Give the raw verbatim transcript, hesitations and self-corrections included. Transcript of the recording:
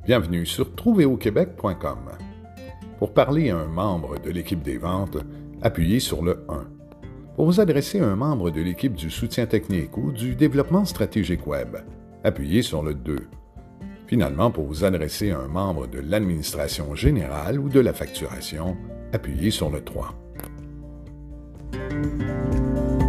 Bienvenue sur trouver québec point com. Pour parler à un membre de l'équipe des ventes, appuyez sur le un. Pour vous adresser à un membre de l'équipe du soutien technique ou du développement stratégique web, appuyez sur le deux. Finalement, pour vous adresser à un membre de l'administration générale ou de la facturation, appuyez sur le trois.